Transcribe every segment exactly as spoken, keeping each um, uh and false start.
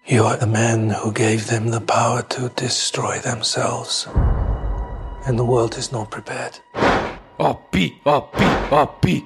You are the man who gave them the power to destroy themselves. And the world is not prepared. O P, O P, O P.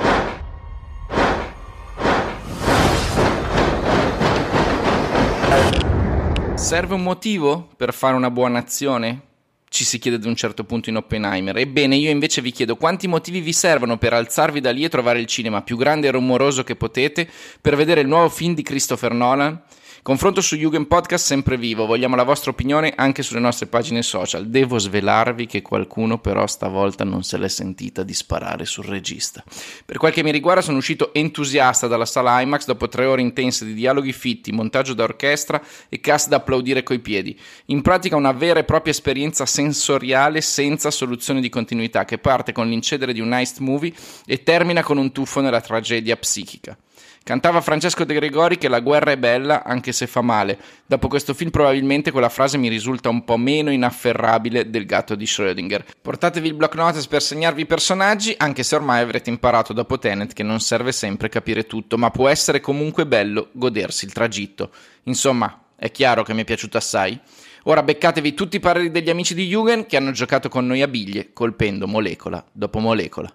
Serve un motivo per fare una buona azione? Ci si chiede ad un certo punto in Oppenheimer. Ebbene, io invece vi chiedo quanti motivi vi servono per alzarvi da lì e trovare il cinema più grande e rumoroso che potete per vedere il nuovo film di Christopher Nolan? Confronto su Jugend Podcast sempre vivo, vogliamo la vostra opinione anche sulle nostre pagine social. Devo svelarvi che qualcuno però stavolta non se l'è sentita di sparare sul regista. Per quel che mi riguarda sono uscito entusiasta dalla sala IMAX dopo tre ore intense di dialoghi fitti, montaggio da orchestra e cast da applaudire coi piedi. In pratica una vera e propria esperienza sensoriale senza soluzione di continuità che parte con l'incedere di un heist movie e termina con un tuffo nella tragedia psichica. Cantava Francesco De Gregori che la guerra è bella anche se fa male. Dopo questo film probabilmente quella frase mi risulta un po' meno inafferrabile del gatto di Schrödinger. Portatevi il block notice per segnarvi i personaggi, anche se ormai avrete imparato dopo Tenet che non serve sempre capire tutto, ma può essere comunque bello godersi il tragitto. Insomma, è chiaro che mi è piaciuto assai. Ora beccatevi tutti i pareri degli amici di Jugend che hanno giocato con noi a biglie, colpendo molecola dopo molecola.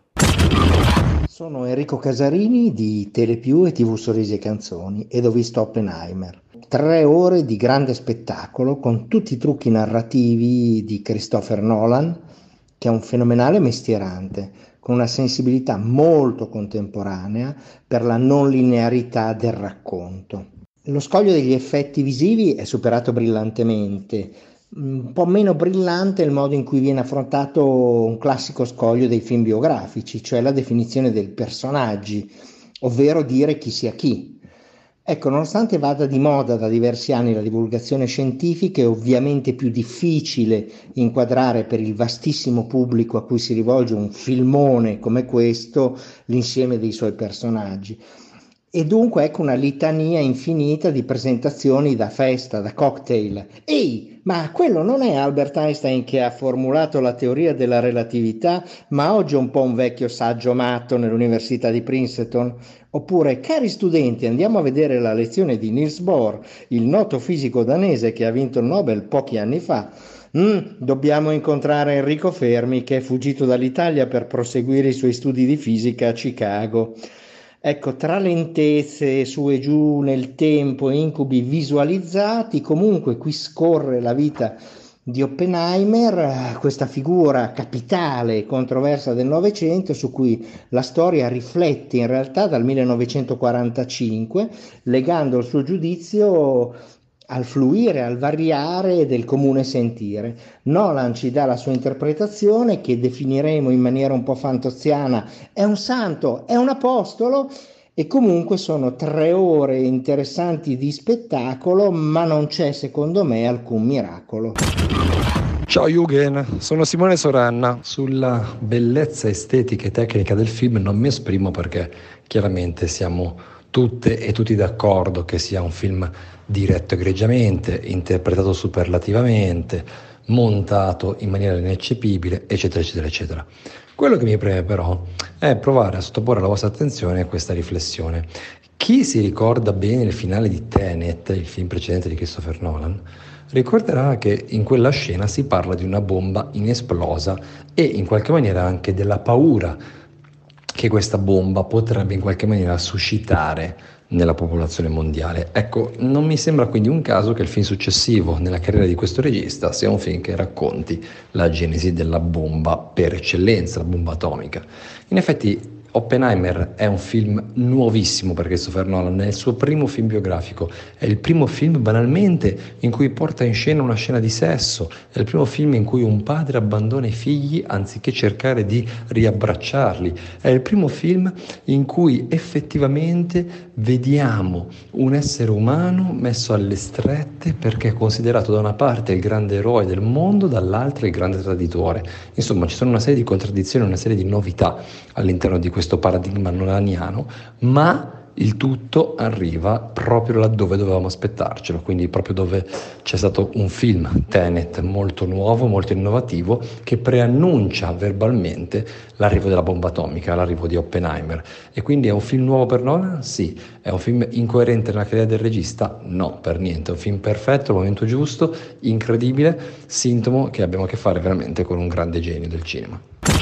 Sono Enrico Casarini di Telepiù e tivù Sorrisi e Canzoni ed ho visto Oppenheimer. Tre ore di grande spettacolo con tutti i trucchi narrativi di Christopher Nolan, che è un fenomenale mestierante, con una sensibilità molto contemporanea per la non linearità del racconto. Lo scoglio degli effetti visivi è superato brillantemente. Un po' meno brillante il modo in cui viene affrontato un classico scoglio dei film biografici, cioè la definizione dei personaggi, ovvero dire chi sia chi. Ecco, nonostante vada di moda da diversi anni la divulgazione scientifica, è ovviamente più difficile inquadrare per il vastissimo pubblico a cui si rivolge un filmone come questo l'insieme dei suoi personaggi. E dunque ecco una litania infinita di presentazioni da festa, da cocktail. Ehi, ma quello non è Albert Einstein che ha formulato la teoria della relatività, ma oggi è un po' un vecchio saggio matto nell'Università di Princeton? Oppure, cari studenti, andiamo a vedere la lezione di Niels Bohr, il noto fisico danese che ha vinto il Nobel pochi anni fa. Mm, dobbiamo incontrare Enrico Fermi che è fuggito dall'Italia per proseguire i suoi studi di fisica a Chicago. Ecco, tra lentezze su e giù nel tempo e incubi visualizzati, comunque qui scorre la vita di Oppenheimer, questa figura capitale e controversa del Novecento su cui la storia riflette in realtà dal millenovecentoquarantacinque, legando il suo giudizio al fluire, al variare del comune sentire. Nolan ci dà la sua interpretazione che definiremo in maniera un po' fantoziana, è un santo, è un apostolo, e comunque sono tre ore interessanti di spettacolo, ma non c'è secondo me alcun miracolo. Ciao Jugend, sono Simone Soranna. Sulla bellezza estetica e tecnica del film non mi esprimo perché chiaramente siamo tutte e tutti d'accordo che sia un film diretto egregiamente, interpretato superlativamente, montato in maniera ineccepibile, eccetera, eccetera, eccetera. Quello che mi preme però è provare a sottoporre alla vostra attenzione a questa riflessione. Chi si ricorda bene il finale di Tenet, il film precedente di Christopher Nolan, ricorderà che in quella scena si parla di una bomba inesplosa e in qualche maniera anche della paura che questa bomba potrebbe in qualche maniera suscitare nella popolazione mondiale. Ecco, non mi sembra quindi un caso che il film successivo nella carriera di questo regista sia un film che racconti la genesi della bomba per eccellenza, la bomba atomica. In effetti Oppenheimer è un film nuovissimo per Christopher Nolan, è il suo primo film biografico, è il primo film banalmente in cui porta in scena una scena di sesso, è il primo film in cui un padre abbandona i figli anziché cercare di riabbracciarli, è il primo film in cui effettivamente vediamo un essere umano messo alle strette perché è considerato da una parte il grande eroe del mondo, dall'altra il grande traditore. Insomma, ci sono una serie di contraddizioni, una serie di novità all'interno di questo questo paradigma nolaniano, ma il tutto arriva proprio laddove dovevamo aspettarcelo, quindi proprio dove c'è stato un film, Tenet, molto nuovo, molto innovativo, che preannuncia verbalmente l'arrivo della bomba atomica, l'arrivo di Oppenheimer. E quindi è un film nuovo per Nolan? Sì. È un film incoerente nella carriera del regista? No, per niente. È un film perfetto, al momento giusto, incredibile, sintomo che abbiamo a che fare veramente con un grande genio del cinema.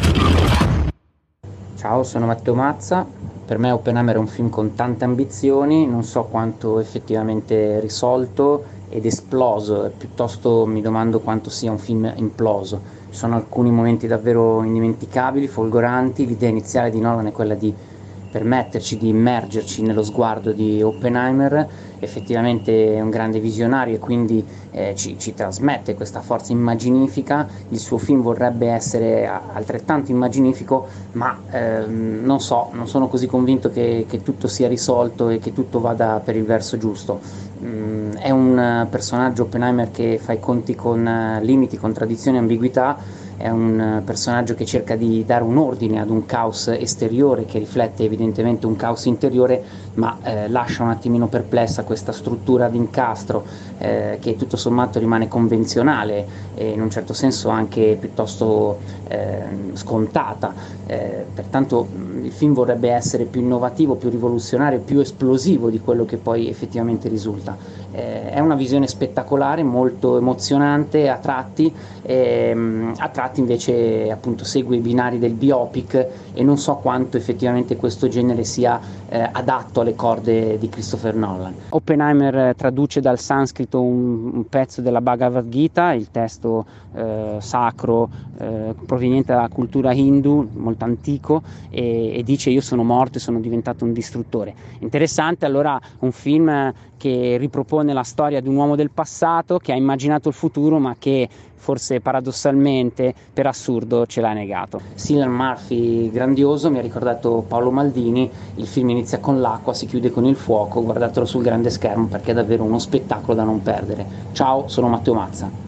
Ciao, sono Matteo Mazza. Per me Oppenheimer è un film con tante ambizioni, non so quanto effettivamente risolto ed esploso, piuttosto mi domando quanto sia un film imploso. Ci sono alcuni momenti davvero indimenticabili, folgoranti. L'idea iniziale di Nolan è quella di permetterci di immergerci nello sguardo di Oppenheimer. Effettivamente è un grande visionario e quindi eh, ci, ci trasmette questa forza immaginifica. Il suo film vorrebbe essere altrettanto immaginifico, ma ehm, non so, non sono così convinto che, che tutto sia risolto e che tutto vada per il verso giusto. Mm, è un personaggio, Oppenheimer, che fa i conti con uh, limiti, contraddizioni, ambiguità. È un personaggio che cerca di dare un ordine ad un caos esteriore che riflette evidentemente un caos interiore, ma eh, lascia un attimino perplessa questa struttura d'incastro eh, che tutto sommato rimane convenzionale e in un certo senso anche piuttosto eh, scontata. Eh, pertanto il film vorrebbe essere più innovativo, più rivoluzionario, più esplosivo di quello che poi effettivamente risulta. Eh, è una visione spettacolare, molto emozionante a tratti, ehm, a tratti invece appunto segue i binari del biopic e non so quanto effettivamente questo genere sia eh, adatto alle corde di Christopher Nolan. Oppenheimer traduce dal sanscrito un, un pezzo della Bhagavad Gita, il testo eh, sacro eh, proveniente dalla cultura hindu, molto antico, e, e dice: io sono morto e sono diventato un distruttore. Interessante allora un film che ripropone la storia di un uomo del passato che ha immaginato il futuro ma che forse paradossalmente per assurdo ce l'ha negato. Cillian Murphy grandioso, mi ha ricordato Paolo Maldini. Il film inizia con l'acqua, si chiude con il fuoco, guardatelo sul grande schermo perché è davvero uno spettacolo da non perdere. Ciao, sono Matteo Mazza.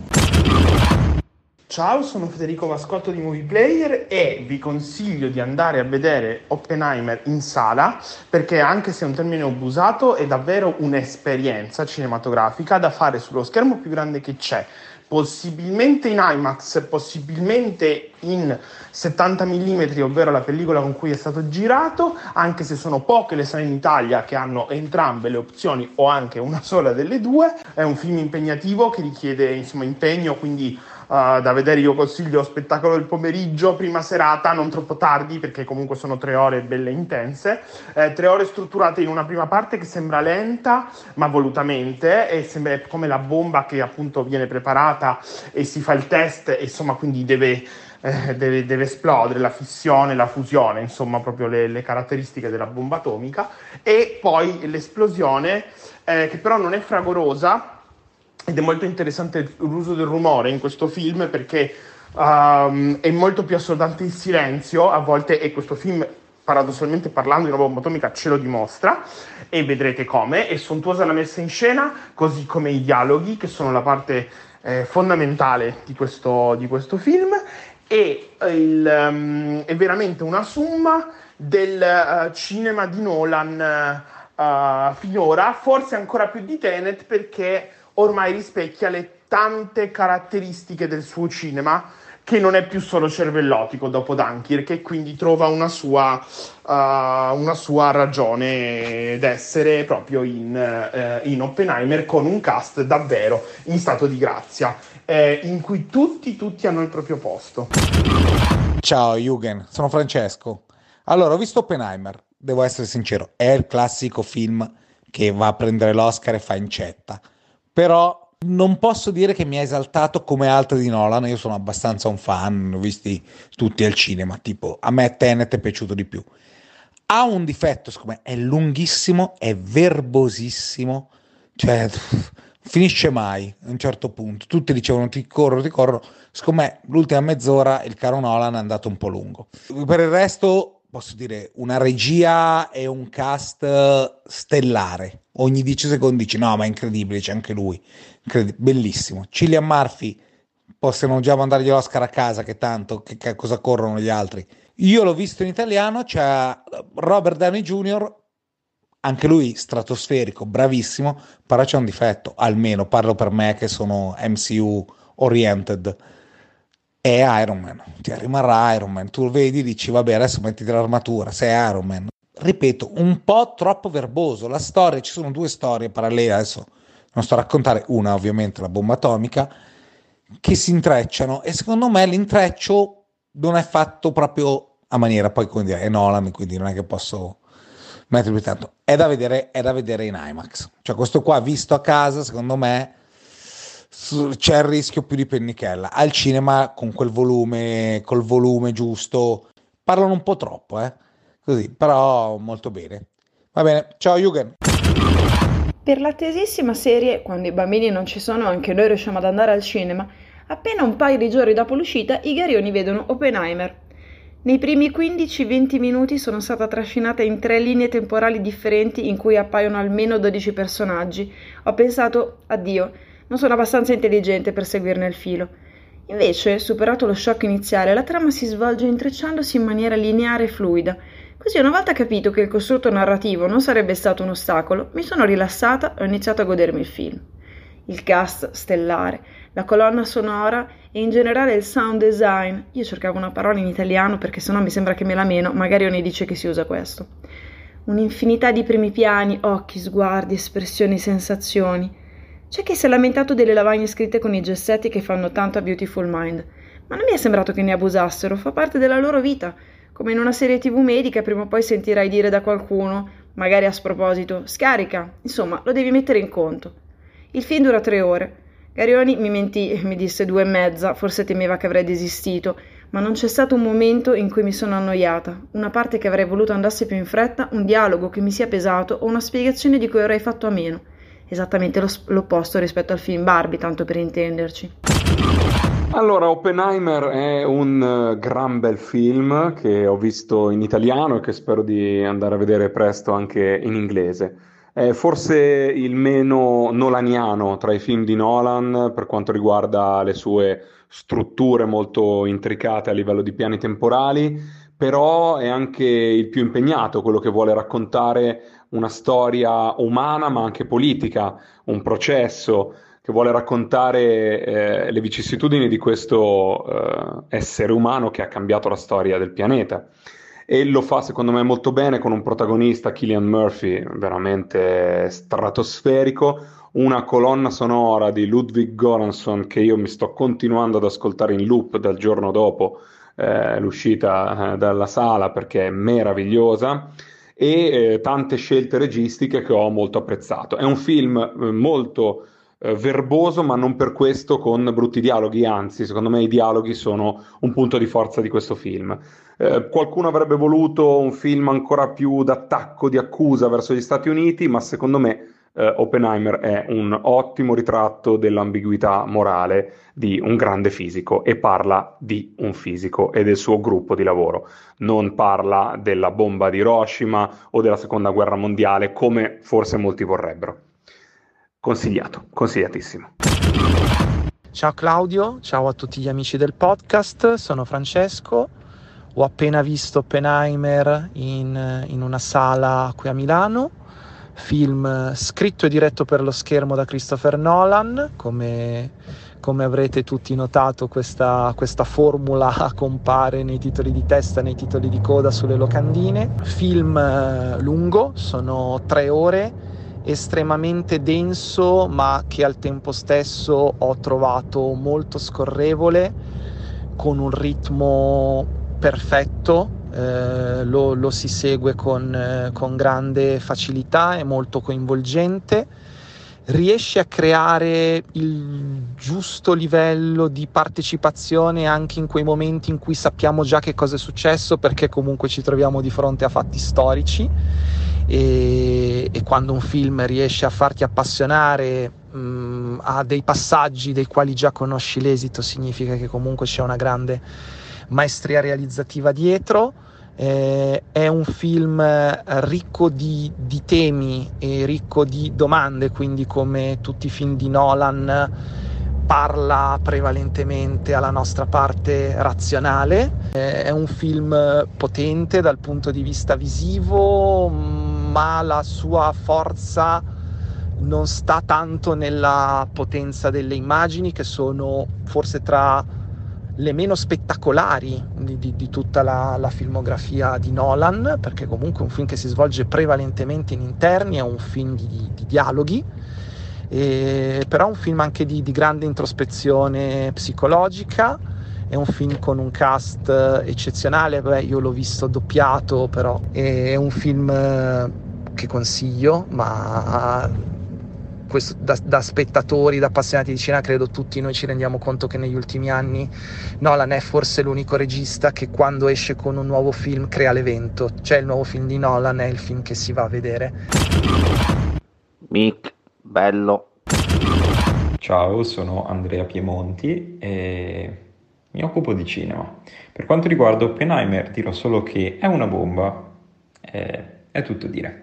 Ciao, sono Federico Mascotto di Movie Player e vi consiglio di andare a vedere Oppenheimer in sala perché, anche se è un termine abusato, è davvero un'esperienza cinematografica da fare sullo schermo più grande che c'è, possibilmente in IMAX, possibilmente in settanta millimetri, ovvero la pellicola con cui è stato girato, anche se sono poche le sale in Italia che hanno entrambe le opzioni o anche una sola delle due. È un film impegnativo che richiede insomma impegno, quindi Uh, da vedere io consiglio spettacolo del pomeriggio, prima serata, non troppo tardi perché comunque sono tre ore belle intense, eh, tre ore strutturate in una prima parte che sembra lenta ma volutamente, e sembra come la bomba che appunto viene preparata e si fa il test e insomma quindi deve, eh, deve, deve esplodere, la fissione, la fusione, insomma proprio le, le caratteristiche della bomba atomica, e poi l'esplosione eh, che però non è fragorosa. Ed è molto interessante l'uso del rumore in questo film perché um, è molto più assordante il silenzio a volte, e questo film, paradossalmente parlando, di una bomba atomica ce lo dimostra e vedrete come. È sontuosa la messa in scena, così come i dialoghi, che sono la parte eh, fondamentale di questo, di questo film, e il, um, è veramente una summa del uh, cinema di Nolan uh, finora, forse ancora più di Tenet, perché ormai rispecchia le tante caratteristiche del suo cinema, che non è più solo cervellotico dopo Dunkirk, e quindi trova una sua, uh, una sua ragione d'essere proprio in, uh, in Oppenheimer, con un cast davvero in stato di grazia, eh, in cui tutti, tutti hanno il proprio posto. Ciao Jürgen, sono Francesco. Allora, ho visto Oppenheimer, devo essere sincero, è il classico film che va a prendere l'Oscar e fa incetta. Però non posso dire che mi ha esaltato come altri di Nolan. Io sono abbastanza un fan, li ho visti tutti al cinema, tipo a me Tenet è piaciuto di più. Ha un difetto, secondo me, è lunghissimo, è verbosissimo, cioè finisce mai a un certo punto. Tutti dicevano ti corro, ti corro, secondo me l'ultima mezz'ora il caro Nolan è andato un po' lungo. Per il resto posso dire una regia e un cast stellare. Ogni dieci secondi dici no, ma è incredibile, c'è anche lui, Incredi- bellissimo. Cillian Murphy, possiamo già mandargli l'Oscar a casa, che tanto, che, che cosa corrono gli altri. Io l'ho visto in italiano, c'è Robert Downey junior anche lui stratosferico, bravissimo, però c'è un difetto, almeno parlo per me che sono M C U oriented, è Iron Man, cioè rimarrà Iron Man, tu vedi, dici vabbè adesso mettiti l'armatura, sei Iron Man, ripeto, un po' troppo verboso, la storia, ci sono due storie parallele, adesso non sto a raccontare, una ovviamente la bomba atomica, che si intrecciano e secondo me l'intreccio non è fatto proprio a maniera, poi come dire, è Nolan, quindi non è che posso mettere più tanto, è da vedere, è da vedere in IMAX, cioè questo qua visto a casa secondo me c'è il rischio più di pennichella, al cinema con quel volume, col volume giusto, parlano un po' troppo, eh? Così, però molto bene. Va bene, ciao Jürgen. Per l'attesissima serie, quando i bambini non ci sono anche noi riusciamo ad andare al cinema, appena un paio di giorni dopo l'uscita i garioni vedono Oppenheimer. Nei primi quindici venti minuti sono stata trascinata in tre linee temporali differenti in cui appaiono almeno dodici personaggi. Ho pensato, addio, non sono abbastanza intelligente per seguirne il filo. Invece, superato lo shock iniziale, la trama si svolge intrecciandosi in maniera lineare e fluida. Così, una volta capito che il costrutto narrativo non sarebbe stato un ostacolo, mi sono rilassata e ho iniziato a godermi il film. Il cast stellare, la colonna sonora e in generale il sound design. Io cercavo una parola in italiano perché sennò mi sembra che me la meno, magari ogni dice che si usa questo. Un'infinità di primi piani, occhi, sguardi, espressioni, sensazioni. C'è chi si è lamentato delle lavagne scritte con i gessetti che fanno tanto a Beautiful Mind, ma non mi è sembrato che ne abusassero, fa parte della loro vita, come in una serie tv medica prima o poi sentirai dire da qualcuno, magari a sproposito, scarica, insomma, lo devi mettere in conto. Il film dura tre ore. Garioni mi mentì e mi disse due e mezza, forse temeva che avrei desistito, ma non c'è stato un momento in cui mi sono annoiata, una parte che avrei voluto andasse più in fretta, un dialogo che mi sia pesato o una spiegazione di cui avrei fatto a meno. Esattamente lo, l'opposto rispetto al film Barbie, tanto per intenderci. Allora, Oppenheimer è un uh, gran bel film che ho visto in italiano e che spero di andare a vedere presto anche in inglese. È forse il meno nolaniano tra i film di Nolan per quanto riguarda le sue strutture molto intricate a livello di piani temporali, però è anche il più impegnato, quello che vuole raccontare una storia umana ma anche politica, un processo, che vuole raccontare eh, le vicissitudini di questo eh, essere umano che ha cambiato la storia del pianeta. E lo fa secondo me molto bene con un protagonista, Cillian Murphy, veramente stratosferico, una colonna sonora di Ludwig Göransson che io mi sto continuando ad ascoltare in loop dal giorno dopo eh, l'uscita eh, dalla sala perché è meravigliosa, e eh, tante scelte registiche che ho molto apprezzato. È un film eh, molto eh, verboso, ma non per questo con brutti dialoghi, anzi secondo me i dialoghi sono un punto di forza di questo film. Eh, qualcuno avrebbe voluto un film ancora più d'attacco, di accusa verso gli Stati Uniti, ma secondo me eh, Oppenheimer è un ottimo ritratto dell'ambiguità morale di un grande fisico e parla di un fisico e del suo gruppo di lavoro, non parla della bomba di Hiroshima o della seconda guerra mondiale come forse molti vorrebbero. Consigliato, consigliatissimo. Ciao Claudio, ciao a tutti gli amici del podcast, sono Francesco. Ho appena visto Oppenheimer in, in una sala qui a Milano, film scritto e diretto per lo schermo da Christopher Nolan, come, come avrete tutti notato questa, questa formula compare nei titoli di testa, nei titoli di coda, sulle locandine. Film lungo, sono tre ore, estremamente denso ma che al tempo stesso ho trovato molto scorrevole, con un ritmo perfetto, eh, lo, lo si segue con, eh, con grande facilità, è molto coinvolgente, riesce a creare il giusto livello di partecipazione anche in quei momenti in cui sappiamo già che cosa è successo, perché comunque ci troviamo di fronte a fatti storici, e, e quando un film riesce a farti appassionare mh, a dei passaggi dei quali già conosci l'esito, significa che comunque c'è una grande maestria realizzativa dietro. Eh, è un film ricco di, di temi e ricco di domande, quindi come tutti i film di Nolan parla prevalentemente alla nostra parte razionale. Eh, è un film potente dal punto di vista visivo, ma la sua forza non sta tanto nella potenza delle immagini, che sono forse tra le meno spettacolari di, di, di tutta la, la filmografia di Nolan, perché comunque è un film che si svolge prevalentemente in interni, è un film di, di, di dialoghi, e, però è un film anche di, di grande introspezione psicologica, è un film con un cast eccezionale. Beh, io l'ho visto doppiato, però è un film che consiglio, ma questo, da, da spettatori, da appassionati di cinema, credo tutti noi ci rendiamo conto che negli ultimi anni Nolan è forse l'unico regista che quando esce con un nuovo film crea l'evento, cioè il nuovo film di Nolan è il film che si va a vedere. Mick, bello. Ciao, sono Andrea Piemonti e mi occupo di cinema. Per quanto riguarda Oppenheimer dirò solo che è una bomba, è, è tutto dire.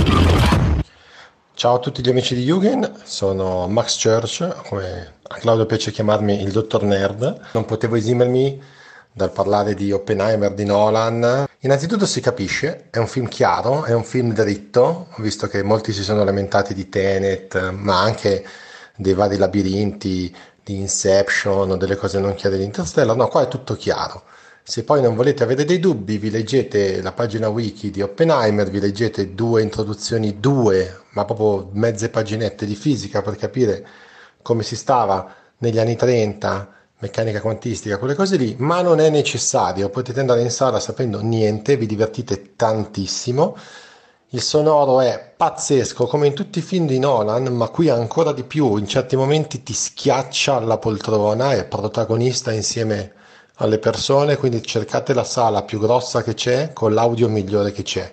Ciao a tutti gli amici di Yugen, sono Max Church, come a Claudio piace chiamarmi il dottor Nerd. Non potevo esimermi dal parlare di Oppenheimer di Nolan. Innanzitutto si capisce, è un film chiaro, è un film dritto, visto che molti si sono lamentati di Tenet, ma anche dei vari labirinti di Inception o delle cose non chiare di Interstellar. No, qua è tutto chiaro. Se poi non volete avere dei dubbi, vi leggete la pagina wiki di Oppenheimer, vi leggete due introduzioni, due, ma proprio mezze paginette di fisica per capire come si stava negli anni trenta, meccanica quantistica, quelle cose lì, ma non è necessario, potete andare in sala sapendo niente, vi divertite tantissimo. Il sonoro è pazzesco, come in tutti i film di Nolan, ma qui ancora di più, in certi momenti ti schiaccia alla poltrona, è protagonista insieme alle persone, quindi cercate la sala più grossa che c'è con l'audio migliore che c'è.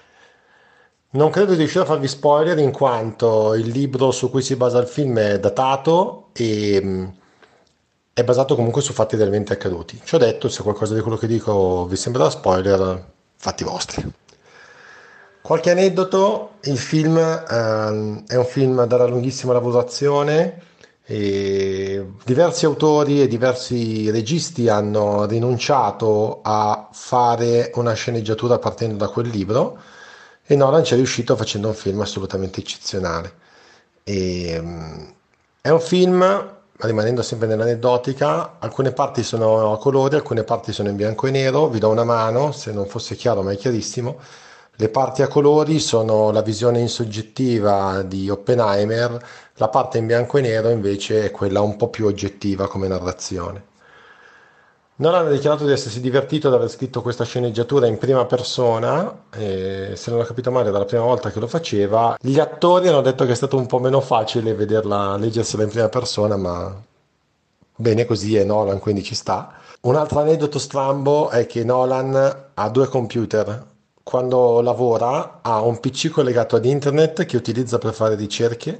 Non credo di riuscire a farvi spoiler in quanto il libro su cui si basa il film è datato e mh, è basato comunque su fatti realmente accaduti. Ci ho detto, se qualcosa di quello che dico vi sembrerà spoiler, fatti vostri. Qualche aneddoto: il film ehm, è un film dalla lunghissima lavorazione. E diversi autori e diversi registi hanno rinunciato a fare una sceneggiatura partendo da quel libro e Nolan ci è riuscito facendo un film assolutamente eccezionale. E, um, è un film, rimanendo sempre nell'aneddotica, alcune parti sono a colori, alcune parti sono in bianco e nero. Vi do una mano, se non fosse chiaro, ma è chiarissimo. Le parti a colori sono la visione insoggettiva di Oppenheimer, la parte in bianco e nero invece è quella un po' più oggettiva come narrazione. Nolan ha dichiarato di essersi divertito ad aver scritto questa sceneggiatura in prima persona, e se non ho capito male dalla prima volta che lo faceva. Gli attori hanno detto che è stato un po' meno facile vederla, leggersela in prima persona, ma bene così, è Nolan, quindi ci sta. Un altro aneddoto strambo è che Nolan ha due computer. Quando lavora ha un P C collegato ad internet che utilizza per fare ricerche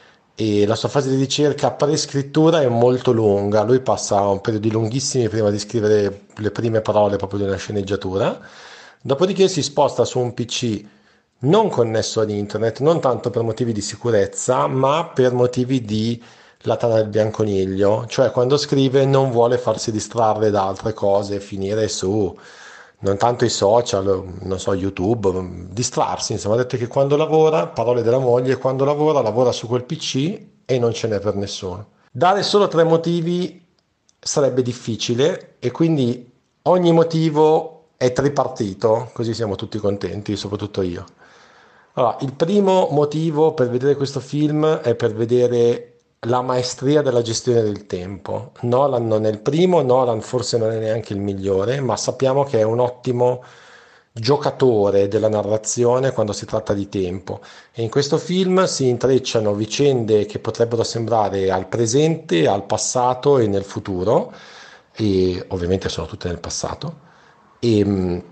e la sua fase di ricerca pre-scrittura è molto lunga. Lui passa un periodo lunghissimi prima di scrivere le prime parole proprio di una sceneggiatura, dopodiché si sposta su un P C non connesso ad internet, non tanto per motivi di sicurezza ma per motivi di la tana del bianconiglio, cioè quando scrive non vuole farsi distrarre da altre cose, finire su non tanto i social, non so, YouTube, distrarsi, insomma. Ha detto che quando lavora, parole della moglie, quando lavora, lavora su quel P C e non ce n'è per nessuno. Dare solo tre motivi sarebbe difficile e quindi ogni motivo è tripartito, così siamo tutti contenti, soprattutto io. Allora, il primo motivo per vedere questo film è per vedere la maestria della gestione del tempo. Nolan non è il primo, Nolan forse non è neanche il migliore, ma sappiamo che è un ottimo giocatore della narrazione quando si tratta di tempo. E in questo film si intrecciano vicende che potrebbero sembrare al presente, al passato e nel futuro, e ovviamente sono tutte nel passato. E mh,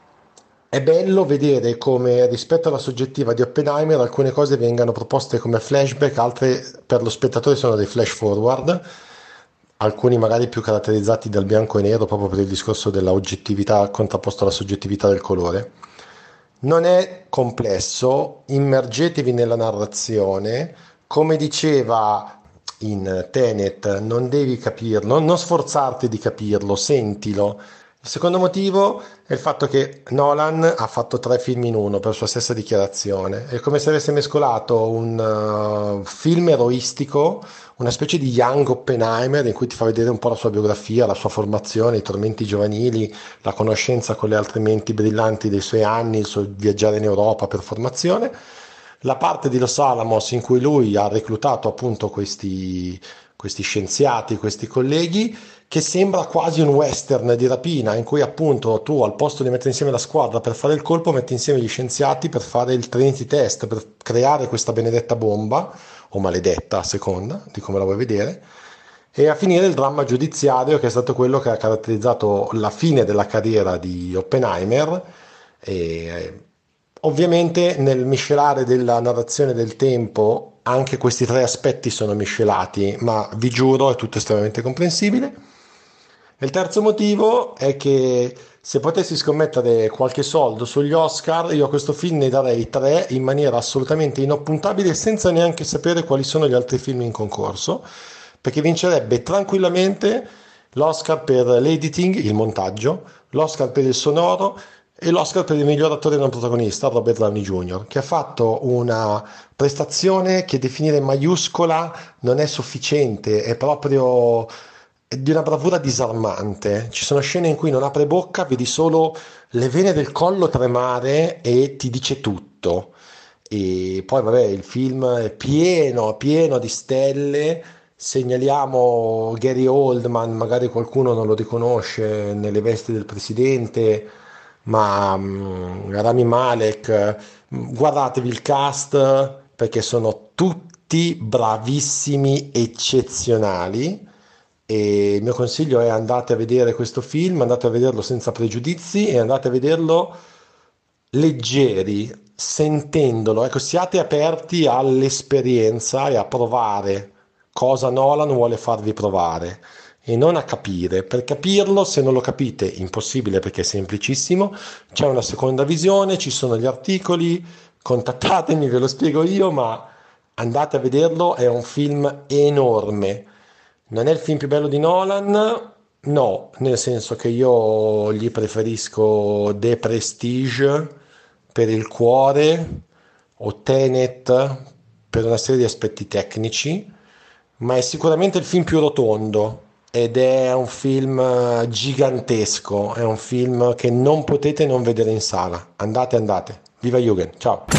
è bello vedere come rispetto alla soggettiva di Oppenheimer alcune cose vengano proposte come flashback, altre per lo spettatore sono dei flash forward, alcuni magari più caratterizzati dal bianco e nero proprio per il discorso della oggettività contrapposto alla soggettività del colore. Non è complesso, immergetevi nella narrazione, come diceva in Tenet, non devi capirlo, non sforzarti di capirlo, sentilo. Il secondo motivo è il fatto che Nolan ha fatto tre film in uno per sua stessa dichiarazione. È come se avesse mescolato un uh, film eroistico, una specie di Young Oppenheimer in cui ti fa vedere un po' la sua biografia, la sua formazione, i tormenti giovanili, la conoscenza con le altre menti brillanti dei suoi anni, il suo viaggiare in Europa per formazione. La parte di Los Alamos in cui lui ha reclutato appunto questi, questi scienziati, questi colleghi, che sembra quasi un western di rapina, in cui appunto tu al posto di mettere insieme la squadra per fare il colpo, metti insieme gli scienziati per fare il Trinity Test, per creare questa benedetta bomba, o maledetta a seconda di come la vuoi vedere, e a finire il dramma giudiziario che è stato quello che ha caratterizzato la fine della carriera di Oppenheimer. E ovviamente nel miscelare della narrazione del tempo anche questi tre aspetti sono miscelati, ma vi giuro è tutto estremamente comprensibile. Il terzo motivo è che se potessi scommettere qualche soldo sugli Oscar, io a questo film ne darei tre in maniera assolutamente inoppuntabile, senza neanche sapere quali sono gli altri film in concorso, perché vincerebbe tranquillamente l'Oscar per l'editing, il montaggio, l'Oscar per il sonoro e l'Oscar per il miglior attore non protagonista, Robert Downey junior, che ha fatto una prestazione che definire maiuscola non è sufficiente, è proprio di una bravura disarmante. Ci sono scene in cui non apre bocca, vedi solo le vene del collo tremare e ti dice tutto. E poi vabbè, il film è pieno, pieno di stelle. Segnaliamo Gary Oldman, magari qualcuno non lo riconosce nelle vesti del presidente, ma um, Rami Malek, guardatevi il cast perché sono tutti bravissimi, eccezionali. E il mio consiglio è: andate a vedere questo film, andate a vederlo senza pregiudizi e andate a vederlo leggeri, sentendolo, ecco, siate aperti all'esperienza e a provare cosa Nolan vuole farvi provare e non a capire. Per capirlo, se non lo capite, impossibile perché è semplicissimo, c'è una seconda visione, ci sono gli articoli, contattatemi, ve lo spiego io, ma andate a vederlo, è un film enorme. Non è il film più bello di Nolan? No, nel senso che io gli preferisco The Prestige per il cuore o Tenet per una serie di aspetti tecnici, ma è sicuramente il film più rotondo ed è un film gigantesco, è un film che non potete non vedere in sala. Andate, andate. Viva Jürgen, ciao!